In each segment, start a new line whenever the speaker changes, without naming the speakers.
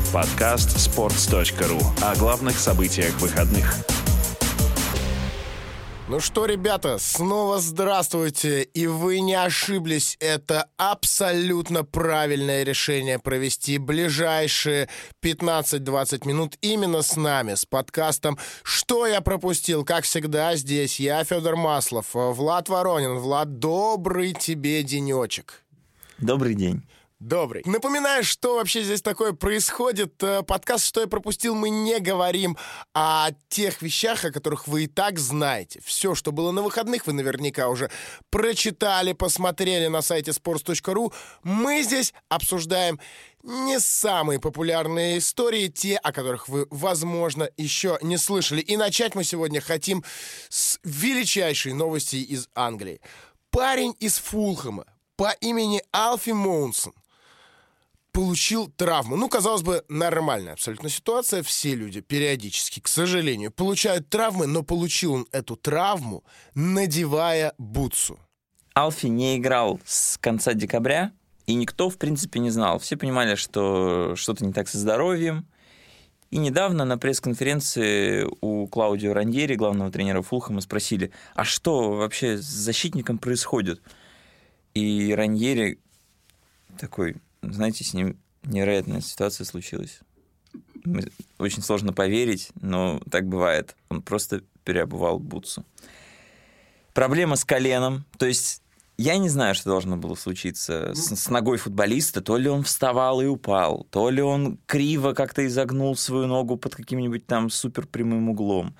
Подкаст sports.ru о главных событиях выходных.
Ну что, ребята, снова здравствуйте, и вы не ошиблись, это абсолютно правильное решение провести ближайшие 15-20 минут именно с нами, с подкастом «Что я пропустил?». Как всегда, здесь я, Федор Маслов, Влад Воронин. Влад, добрый тебе денечек.
Добрый день.
Добрый. Напоминаю, что вообще здесь такое происходит. Подкаст «Что я пропустил?» мы не говорим о тех вещах, о которых вы и так знаете. Все, что было на выходных, вы наверняка уже прочитали, посмотрели на сайте sports.ru. Мы здесь обсуждаем не самые популярные истории, те, о которых вы, возможно, еще не слышали. И начать мы сегодня хотим с величайшей новости из Англии. Парень из Фулхэма по имени Альфи Моунсон получил травму. Ну, казалось бы, нормальная абсолютно ситуация. Все люди периодически, к сожалению, получают травмы, но получил он эту травму, надевая бутсу.
Альфи не играл с конца декабря, и никто, в принципе, не знал. Все понимали, что что-то не так со здоровьем. И недавно на пресс-конференции у Клаудио Раньери, главного тренера Фулхэма, спросили, а что вообще с защитником происходит? И Раньери такой... Знаете, с ним невероятная ситуация случилась. Очень сложно поверить, но так бывает. Он просто переобувал бутсу. Проблема с коленом. То есть я не знаю, что должно было случиться с ногой футболиста. То ли он вставал и упал, то ли он криво как-то изогнул свою ногу под каким-нибудь там суперпрямым углом.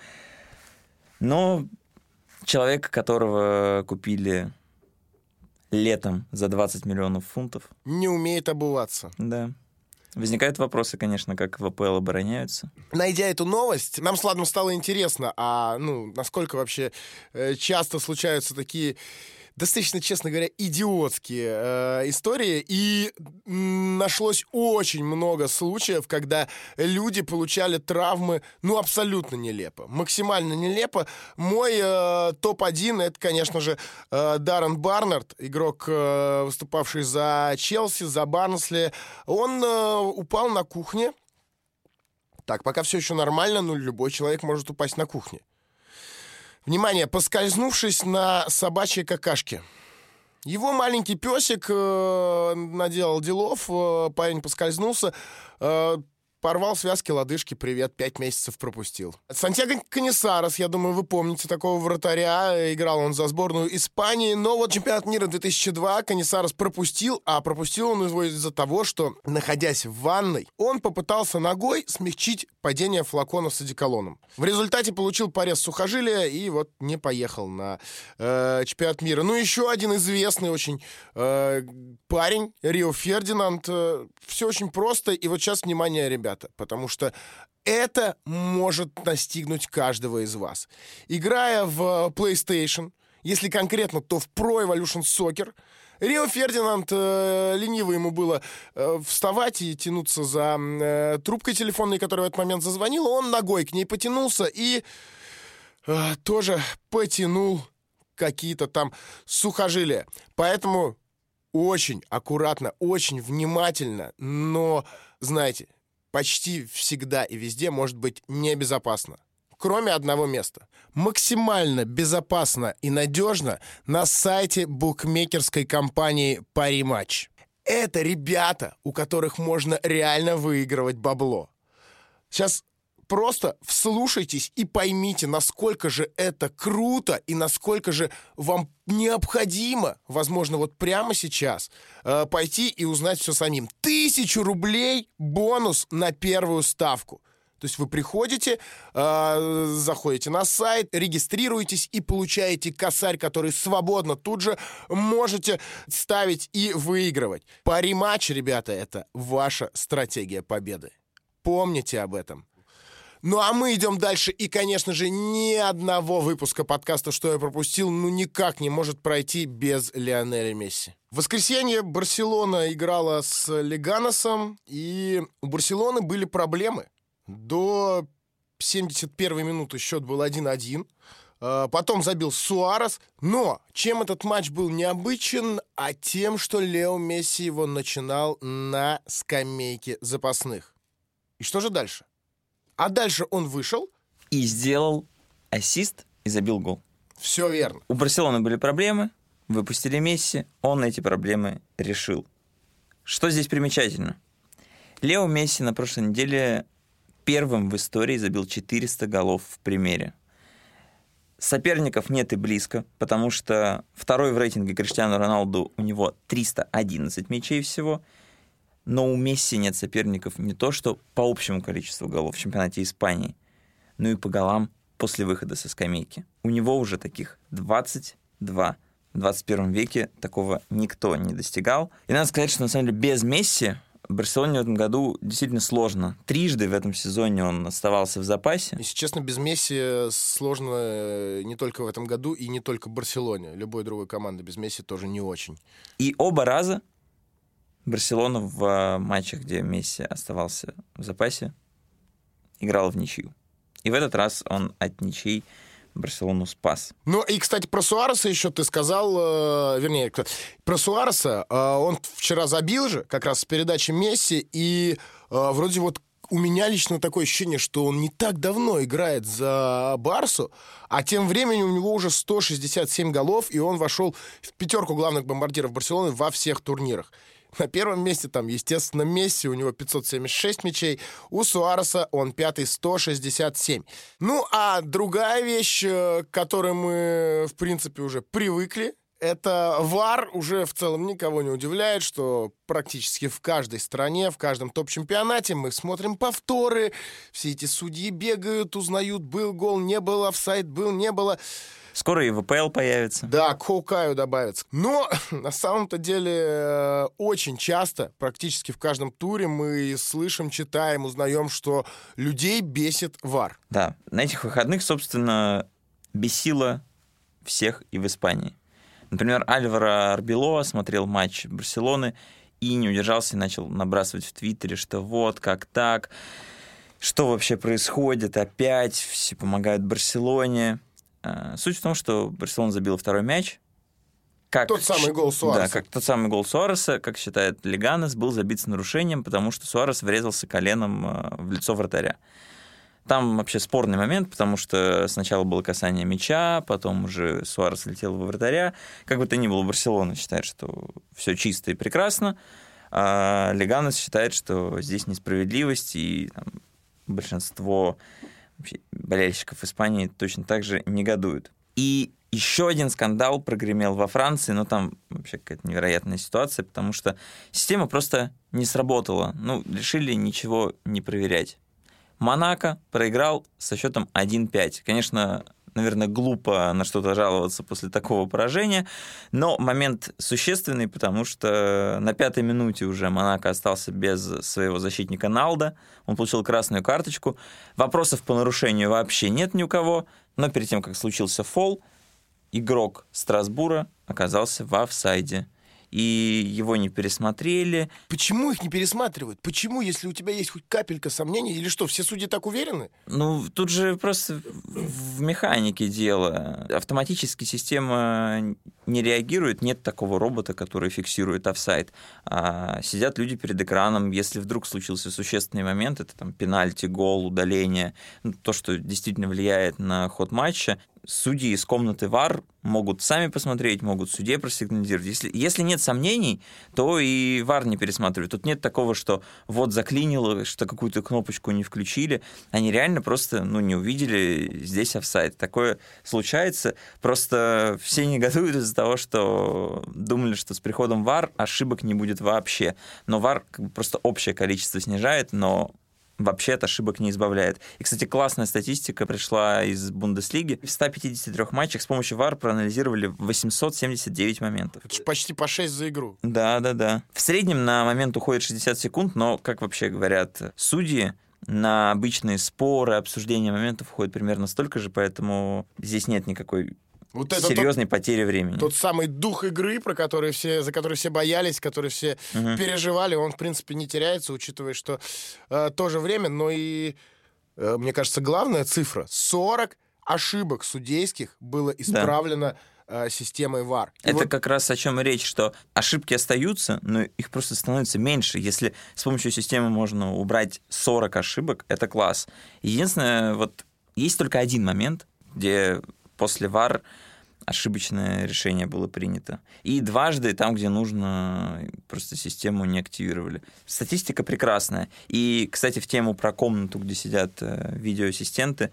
Но человек, которого купили... летом за 20 миллионов фунтов.
Не умеет обуваться.
Да. Возникают вопросы, конечно, как в АПЛ обороняются.
Найдя эту новость, нам с Владом стало интересно, насколько вообще часто случаются такие... достаточно, честно говоря, идиотские истории. И нашлось очень много случаев, когда люди получали травмы, абсолютно нелепо. Максимально нелепо. Мой топ-1 — это, конечно же, Даррен Барнард, игрок, выступавший за Челси, за Барнсли. Он упал на кухне. Так, пока все еще нормально, но любой человек может упасть на кухне. Внимание, поскользнувшись на собачьей какашке. Его маленький песик наделал делов, парень поскользнулся, порвал связки лодыжки, привет, 5 месяцев пропустил. Сантьяго Канисарес, я думаю, вы помните такого вратаря, играл он за сборную Испании, но вот чемпионат мира 2002 Канисарес пропустил, а пропустил он его из-за того, что, находясь в ванной, он попытался ногой смягчить падение флакона с одеколоном. В результате получил порез сухожилия и вот не поехал на чемпионат мира. Ну, еще один известный очень парень, Рио Фердинанд. Все очень просто, и вот сейчас, внимание, ребята, потому что это может настигнуть каждого из вас. Играя в PlayStation, если конкретно, то в Pro Evolution Soccer, Рио Фердинанд, лениво ему было вставать и тянуться за трубкой телефонной, которая в этот момент зазвонила. Он ногой к ней потянулся и тоже потянул какие-то там сухожилия. Поэтому очень аккуратно, очень внимательно, но, знаете, почти всегда и везде может быть небезопасно. Кроме одного места. Максимально безопасно и надежно на сайте букмекерской компании Parimatch. Это ребята, у которых можно реально выигрывать бабло. Сейчас просто вслушайтесь и поймите, насколько же это круто и насколько же вам необходимо, возможно, вот прямо сейчас пойти и узнать все самим. 1000 рублей бонус на первую ставку. То есть вы приходите, заходите на сайт, регистрируетесь и получаете косарь, который свободно тут же можете ставить и выигрывать. Parimatch, ребята, это ваша стратегия победы. Помните об этом. Ну а мы идем дальше, и, конечно же, ни одного выпуска подкаста «Что я пропустил» никак не может пройти без Лионеля Месси. В воскресенье Барселона играла с Леганесом, и у Барселоны были проблемы. До 71-й минуты счет был 1-1. Потом забил Суарес. Но чем этот матч был необычен? А тем, что Лео Месси его начинал на скамейке запасных. И что же дальше? А дальше он вышел.
И сделал ассист и забил гол.
Все верно.
У Барселоны были проблемы, выпустили Месси, он эти проблемы решил. Что здесь примечательно? Лео Месси на прошлой неделе первым в истории забил 400 голов в премьере. Соперников нет и близко, потому что второй в рейтинге Криштиану Роналду, у него 311 мячей всего, но у Месси нет соперников не то что по общему количеству голов в чемпионате Испании, но и по голам после выхода со скамейки. У него уже таких 22. В 21 веке такого никто не достигал. И надо сказать, что на самом деле без Месси Барселоне в этом году действительно сложно. Трижды в этом сезоне он оставался в запасе.
Если честно, без Месси сложно не только в этом году и не только Барселоне. Любой другой команды без Месси тоже не очень.
И оба раза Барселона в матчах, где Месси оставался в запасе, играл в ничью. И в этот раз он от ничей Барселону спас.
Ну и, кстати, про Суареса еще ты сказал, вернее, про Суареса. Он вчера забил же, как раз с передачи Месси, и вроде вот у меня лично такое ощущение, что он не так давно играет за Барсу, а тем временем у него уже 167 голов, и он вошел в пятерку главных бомбардиров Барселоны во всех турнирах. На первом месте там, естественно, Месси, у него 576 мячей, у Суареса он пятый, 167. Ну, а другая вещь, к которой мы, в принципе, уже привыкли, это ВАР. Уже в целом никого не удивляет, что практически в каждой стране, в каждом топ-чемпионате мы смотрим повторы, все эти судьи бегают, узнают, был гол, не был, офсайд был, не было.
Скоро и ВПЛ появится.
Да, к Хоукаю добавится. Но на самом-то деле очень часто, практически в каждом туре мы слышим, читаем, узнаем, что людей бесит ВАР.
Да, на этих выходных, собственно, бесило всех и в Испании. Например, Альваро Арбелоа смотрел матч Барселоны и не удержался и начал набрасывать в Твиттере, что вот, как так, что вообще происходит, опять все помогают Барселоне. Суть в том, что Барселона забила второй мяч.
Тот самый гол Суареса.
Да, как тот самый гол Суареса, как считает Леганес, был забит с нарушением, потому что Суарес врезался коленом в лицо вратаря. Там вообще спорный момент, потому что сначала было касание мяча, потом уже Суарес летел во вратаря. Как бы то ни было, Барселона считает, что все чисто и прекрасно, а Леганес считает, что здесь несправедливость, и там, большинство болельщиков Испании точно так же негодуют. И еще один скандал прогремел во Франции, но там вообще какая-то невероятная ситуация, потому что система просто не сработала. Ну, решили ничего не проверять. Монако проиграл со счетом 1-5. Конечно, наверное, глупо на что-то жаловаться после такого поражения, но момент существенный, потому что на 5-й минуте уже Монако остался без своего защитника Налда, он получил красную карточку. Вопросов по нарушению вообще нет ни у кого, но перед тем, как случился фол, игрок Страсбура оказался в офсайде. И его не пересмотрели.
Почему их не пересматривают? Почему, если у тебя есть хоть капелька сомнений? Или что, все судьи так уверены?
Ну, тут же просто в механике дело. Автоматически система не реагирует. Нет такого робота, который фиксирует офсайд. А сидят люди перед экраном. Если вдруг случился существенный момент, это там пенальти, гол, удаление, то, что действительно влияет на ход матча, судьи из комнаты ВАР могут сами посмотреть, могут судье просигнализировать. Если нет сомнений, то и ВАР не пересматривает. Тут нет такого, что вот заклинило, что какую-то кнопочку не включили. Они реально просто не увидели здесь офсайд. Такое случается. Просто все негодуют из-за того, что думали, что с приходом ВАР ошибок не будет вообще. Но ВАР просто общее количество снижает, но вообще от ошибок не избавляет. И, кстати, классная статистика пришла из Бундеслиги. В 153 матчах с помощью ВАР проанализировали 879 моментов.
Это почти по 6 за игру.
Да. В среднем на момент уходит 60 секунд, но, как вообще говорят судьи, на обычные споры, обсуждения моментов уходит примерно столько же, поэтому здесь нет никакой серьезной потери времени.
Тот самый дух игры, за который все боялись, который все переживали, он, в принципе, не теряется, учитывая, что то же время, но и, мне кажется, главная цифра — 40 ошибок судейских было исправлено системой VAR.
Это как раз о чем и речь, что ошибки остаются, но их просто становится меньше. Если с помощью системы можно убрать 40 ошибок, это класс. Единственное, вот есть только один момент, где после VAR ошибочное решение было принято. И дважды там, где нужно, просто систему не активировали. Статистика прекрасная. И, кстати, в тему про комнату, где сидят видеоассистенты,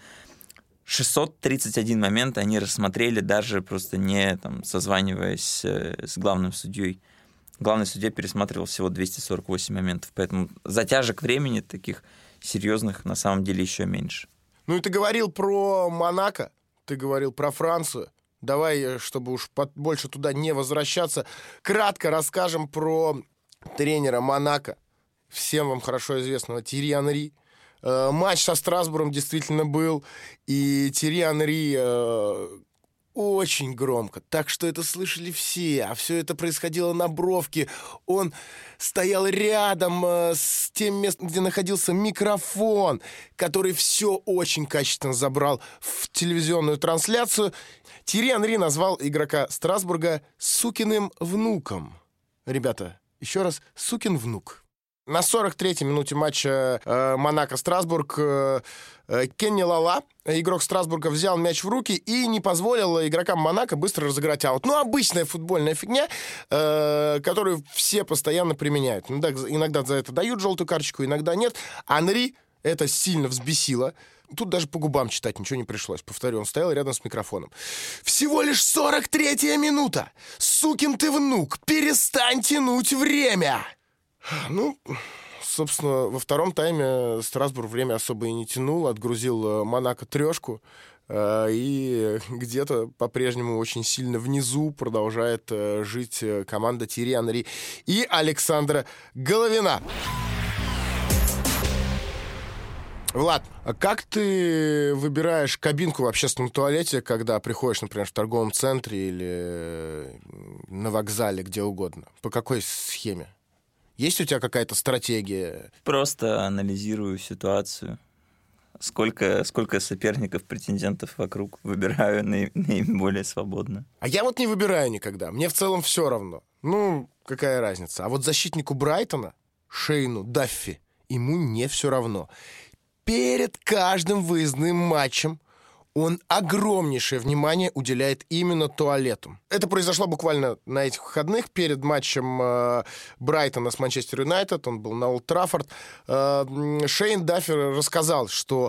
631 момент они рассмотрели, даже просто не там, созваниваясь с главным судьей. Главный судья пересматривал всего 248 моментов. Поэтому затяжек времени таких серьезных на самом деле еще меньше.
Ну и ты говорил про Монако, ты говорил про Францию. Давай, чтобы уж больше туда не возвращаться, кратко расскажем про тренера Монако, всем вам хорошо известного Тьерри Анри. Матч со Страсбургом действительно был, и Тьерри Анри очень громко, так что это слышали все, а все это происходило на бровке. Он стоял рядом с тем местом, где находился микрофон, который все очень качественно забрал в телевизионную трансляцию. Тьерри Анри назвал игрока Страсбурга «сукиным внуком». Ребята, еще раз, «сукин внук». На 43-й минуте матча Монако-Страсбург Кенни Лала, игрок Страсбурга, взял мяч в руки и не позволил игрокам Монако быстро разыграть аут. Ну, обычная футбольная фигня, которую все постоянно применяют. Иногда за это дают желтую карточку, иногда нет. Анри это сильно взбесило. Тут даже по губам читать ничего не пришлось. Повторю, он стоял рядом с микрофоном. «Всего лишь 43-я минута! Сукин ты внук! Перестань тянуть время!» Ну, собственно, во втором тайме Страсбург время особо и не тянул. Отгрузил Монако трешку. И где-то по-прежнему очень сильно внизу продолжает жить команда Тьерри Анри и Александра Головина. Влад, а как ты выбираешь кабинку в общественном туалете, когда приходишь, например, в торговом центре или на вокзале, где угодно? По какой схеме? Есть у тебя какая-то стратегия?
Просто анализирую ситуацию. Сколько соперников, претендентов вокруг, выбираю наиболее свободно.
А я вот не выбираю никогда. Мне в целом все равно. Ну, какая разница? А вот защитнику Брайтона, Шейну Даффи, ему не все равно. Перед каждым выездным матчем он огромнейшее внимание уделяет именно туалету. Это произошло буквально на этих выходных перед матчем Брайтона с Манчестер Юнайтед. Он был на Олд Траффорд. Шейн Даффи рассказал, что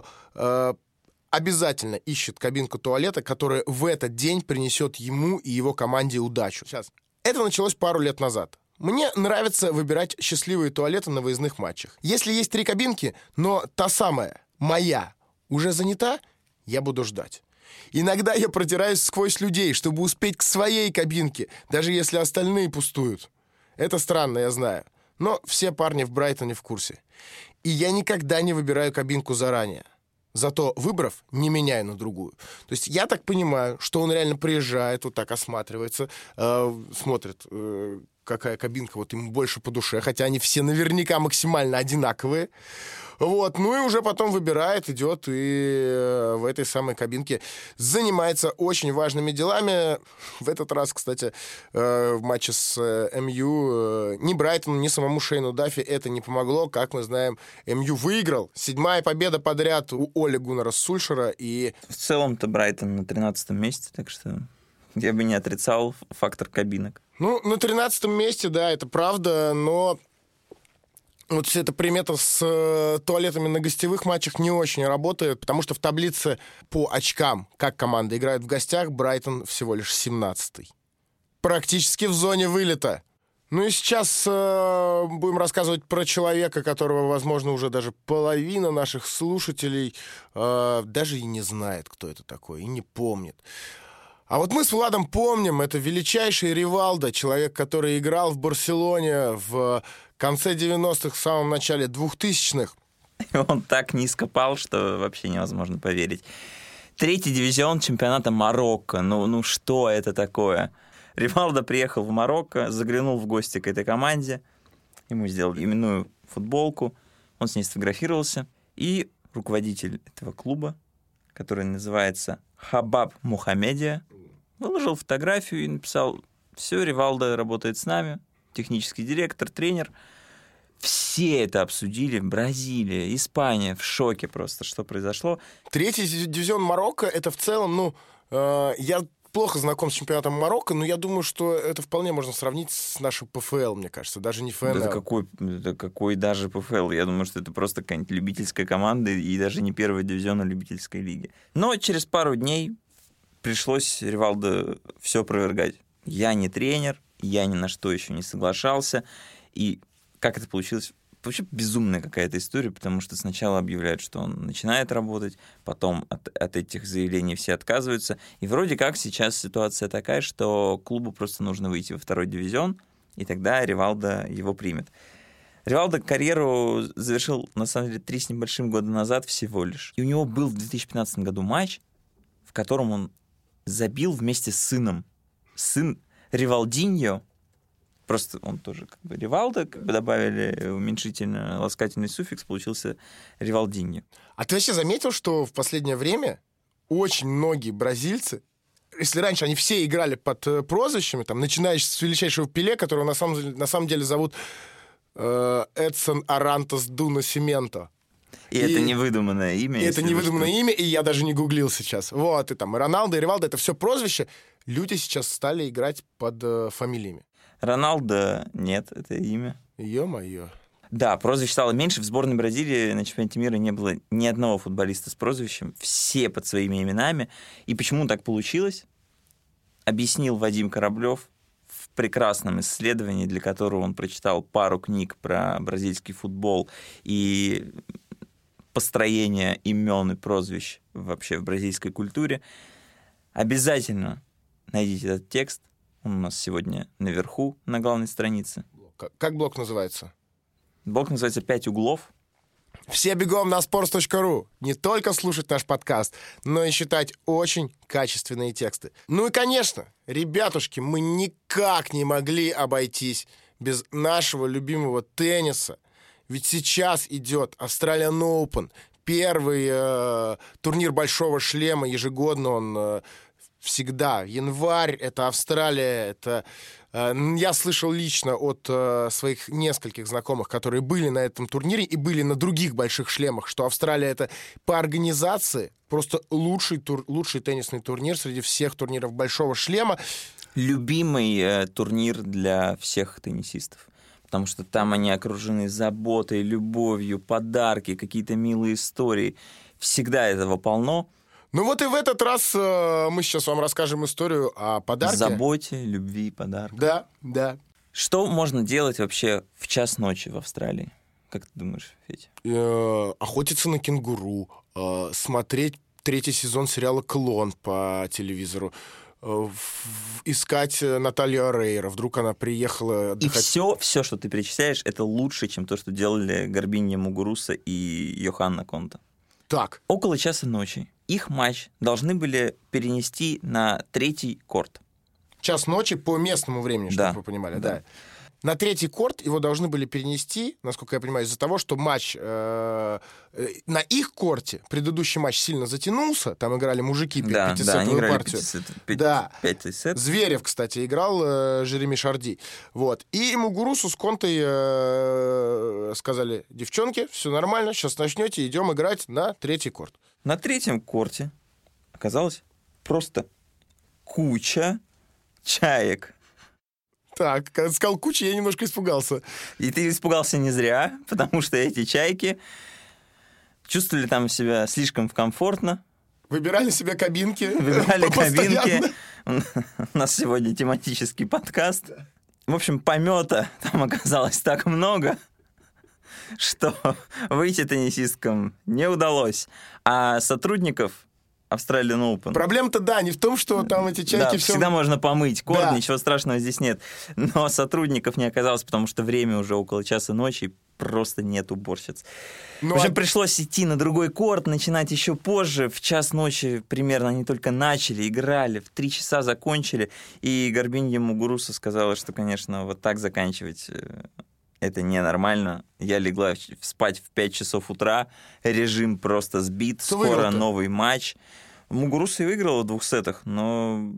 обязательно ищет кабинку туалета, которая в этот день принесет ему и его команде удачу. Сейчас. Это началось пару лет назад. Мне нравится выбирать счастливые туалеты на выездных матчах. Если есть 3 кабинки, но та самая, моя, уже занята, я буду ждать. Иногда я протираюсь сквозь людей, чтобы успеть к своей кабинке, даже если остальные пустуют. Это странно, я знаю. Но все парни в Брайтоне в курсе. И я никогда не выбираю кабинку заранее. Зато, выбрав, не меняю на другую. То есть я так понимаю, что он реально приезжает, вот так осматривается, смотрит, какая кабинка вот ему больше по душе, хотя они все наверняка максимально одинаковые. Вот, ну и уже потом выбирает, идет и в этой самой кабинке занимается очень важными делами. В этот раз, кстати, в матче с МЮ ни Брайтону, ни самому Шейну Даффи это не помогло. Как мы знаем, МЮ выиграл. 7-я победа подряд у Оле Гуннара Сульшера. И...
В целом-то Брайтон на 13-м месте, так что я бы не отрицал фактор кабинок.
Ну, на 13-м месте, да, это правда, но... Вот вся эта примета с туалетами на гостевых матчах не очень работает, потому что в таблице по очкам, как команда играет в гостях, Брайтон всего лишь 17-й. Практически в зоне вылета. Ну и сейчас будем рассказывать про человека, которого, возможно, уже даже половина наших слушателей даже и не знает, кто это такой, и не помнит. А вот мы с Владом помним, это величайший Ривалдо, человек, который играл в Барселоне в конце 90-х, в самом начале 2000-х.
Он так низко пал, что вообще невозможно поверить. 3-й дивизион чемпионата Марокко. Ну что это такое? Ривалдо приехал в Марокко, заглянул в гости к этой команде. Ему сделали именную футболку. Он с ней сфотографировался. И руководитель этого клуба, который называется Хабаб Мухамедия, Выложил фотографию и написал: все, Ривалдо работает с нами, технический директор, тренер. Все это обсудили. Бразилия, Испания в шоке просто, что произошло.
Третий дивизион Марокко, это в целом, я плохо знаком с чемпионатом Марокко, но я думаю, что это вполне можно сравнить с нашим ПФЛ, мне кажется, даже не ФНЛ.
Это какой даже ПФЛ? Я думаю, что это просто какая-нибудь любительская команда и даже не первый дивизион любительской лиги. Но через пару дней пришлось Ривалдо все опровергать. Я не тренер, я ни на что еще не соглашался. И как это получилось? Вообще безумная какая-то история, потому что сначала объявляют, что он начинает работать, потом от этих заявлений все отказываются. И вроде как сейчас ситуация такая, что клубу просто нужно выйти во второй дивизион, и тогда Ривалдо его примет. Ривалдо карьеру завершил, на самом деле, 3 с небольшим года назад всего лишь. И у него был в 2015 году матч, в котором он забил вместе с сыном. Сын Ривалдиньо, просто он тоже как бы Ривалдо, как бы добавили уменьшительно ласкательный суффикс, получился Ривалдиньо.
А ты вообще заметил, что в последнее время очень многие бразильцы, если раньше они все играли под прозвищами, там, начиная с величайшего Пеле, которого на самом деле зовут Эдсон Арантос ду Насименто.
И это невыдуманное имя.
Это невыдуманное имя, и я даже не гуглил сейчас. Вот, и там и Роналдо, и Ривалдо, это все прозвище. Люди сейчас стали играть под фамилиями.
Роналдо нет, это имя.
Ё-моё.
Да, прозвищ стало меньше. В сборной Бразилии на чемпионате мира не было ни одного футболиста с прозвищем. Все под своими именами. И почему так получилось, объяснил Вадим Кораблев в прекрасном исследовании, для которого он прочитал пару книг про бразильский футбол и построение имен и прозвищ вообще в бразильской культуре. Обязательно найдите этот текст. Он у нас сегодня наверху, на главной странице.
Как блог называется?
Блог называется «5 углов».
Все бегом на sports.ru. Не только слушать наш подкаст, но и читать очень качественные тексты. Ну и, конечно, ребятушки, мы никак не могли обойтись без нашего любимого тенниса. Ведь сейчас идет Australian Open, первый турнир большого шлема, ежегодно он всегда. Январь, это Австралия, это... Я слышал лично от своих нескольких знакомых, которые были на этом турнире и были на других больших шлемах, что Австралия — это по организации просто лучший теннисный турнир среди всех турниров большого шлема.
Любимый турнир для всех теннисистов. Потому что там они окружены заботой, любовью, подарки, какие-то милые истории. Всегда этого полно.
Ну вот и в этот раз мы сейчас вам расскажем историю о подарке.
Заботе, любви, подарках.
Да, да.
Что можно делать вообще в час ночи в Австралии? Как ты думаешь, Федя?
Охотиться на кенгуру, смотреть 3-й сезон сериала «Клон» по телевизору, искать Наталью Орейро, вдруг она приехала отдыхать.
И все, что ты перечисляешь, это лучше, чем то, что делали Гарбинья Мугуруса и Йоханна Конта.
Так.
Около часа ночи их матч должны были перенести на 3-й корт.
Час ночи по местному времени, чтобы вы понимали. Да. На 3-й корт его должны были перенести, насколько я понимаю, из-за того, что матч на их корте, предыдущий матч сильно затянулся, там играли мужики пятисетовую партию.
5 сет.
Зверев, кстати, играл Жереми Шарди. Вот. И Мугурусу с Контой сказали: девчонки, все нормально, сейчас начнете, идем играть на 3-й корт.
На 3-м корте оказалось просто куча чаек.
Так, когда сказал куча, я немножко испугался.
И ты испугался не зря, потому что эти чайки чувствовали там себя слишком комфортно.
Выбирали себе кабинки.
Выбирали кабинки. У нас сегодня тематический подкаст. В общем, помета там оказалось так много, что выйти теннисисткам не удалось. А сотрудников Australian Open...
Проблема-то, да, не в том, что там эти чайки...
Да, всегда можно помыть корт, ничего страшного здесь нет. Но сотрудников не оказалось, потому что время уже около часа ночи, просто нет уборщиц. Уже пришлось идти на другой корт, начинать еще позже. В час ночи примерно они только начали, играли, в 3 часа закончили. И Гарбинья Мугуруса сказала, что, конечно, вот так заканчивать... Это ненормально. Я легла спать в 5 часов утра. Режим просто сбит. Скоро новый матч. Мугуруса и выиграла в 2 сетах, но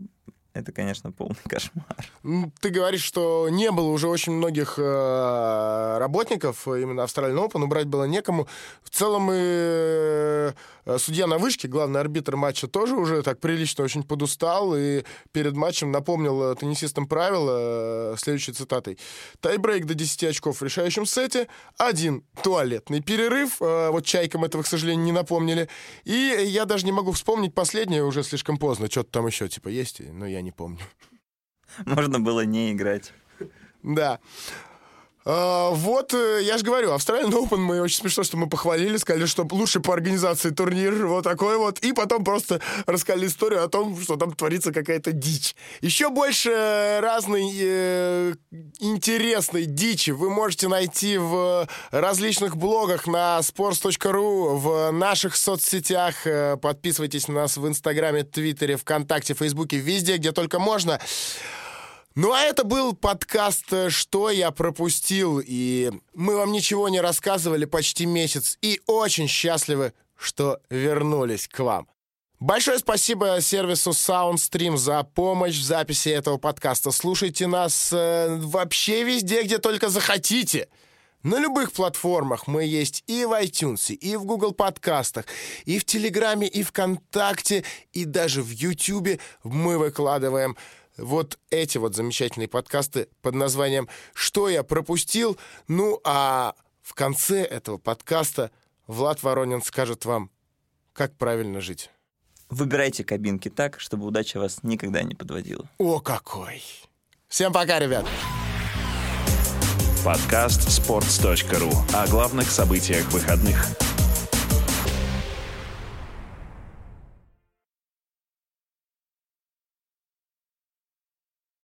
это, конечно, полный кошмар.
Ты говоришь, что не было уже очень многих работников именно Australian Open, убрать было некому. В целом и судья на вышке, главный арбитр матча, тоже уже так прилично очень подустал и перед матчем напомнил теннисистам правила следующей цитатой. Тайбрейк до 10 очков в решающем сете, 1 туалетный перерыв, вот чайкам этого, к сожалению, не напомнили, и я даже не могу вспомнить последнее, уже слишком поздно, что-то там еще типа есть, но я не помню.
Можно было не играть.
Да. Вот, я же говорю, Australian Open, мы очень смешно, что мы похвалили, сказали, что лучше по организации турнир, вот такой вот, и потом просто рассказали историю о том, что там творится какая-то дичь. Еще больше разной интересной дичи вы можете найти в различных блогах на sports.ru, в наших соцсетях. Подписывайтесь на нас в Инстаграме, Твиттере, ВКонтакте, Фейсбуке, везде, где только можно. Ну, а это был подкаст «Что я пропустил», и мы вам ничего не рассказывали почти месяц, и очень счастливы, что вернулись к вам. Большое спасибо сервису SoundStream за помощь в записи этого подкаста. Слушайте нас вообще везде, где только захотите. На любых платформах мы есть и в iTunes, и в Google подкастах, и в Телеграме, и ВКонтакте, и даже в Ютубе мы выкладываем вот эти вот замечательные подкасты под названием «Что я пропустил?». Ну, а в конце этого подкаста Влад Воронин скажет вам, как правильно жить.
Выбирайте кабинки так, чтобы удача вас никогда не подводила.
О, какой! Всем пока, ребят!
Подкаст sports.ru о главных событиях выходных.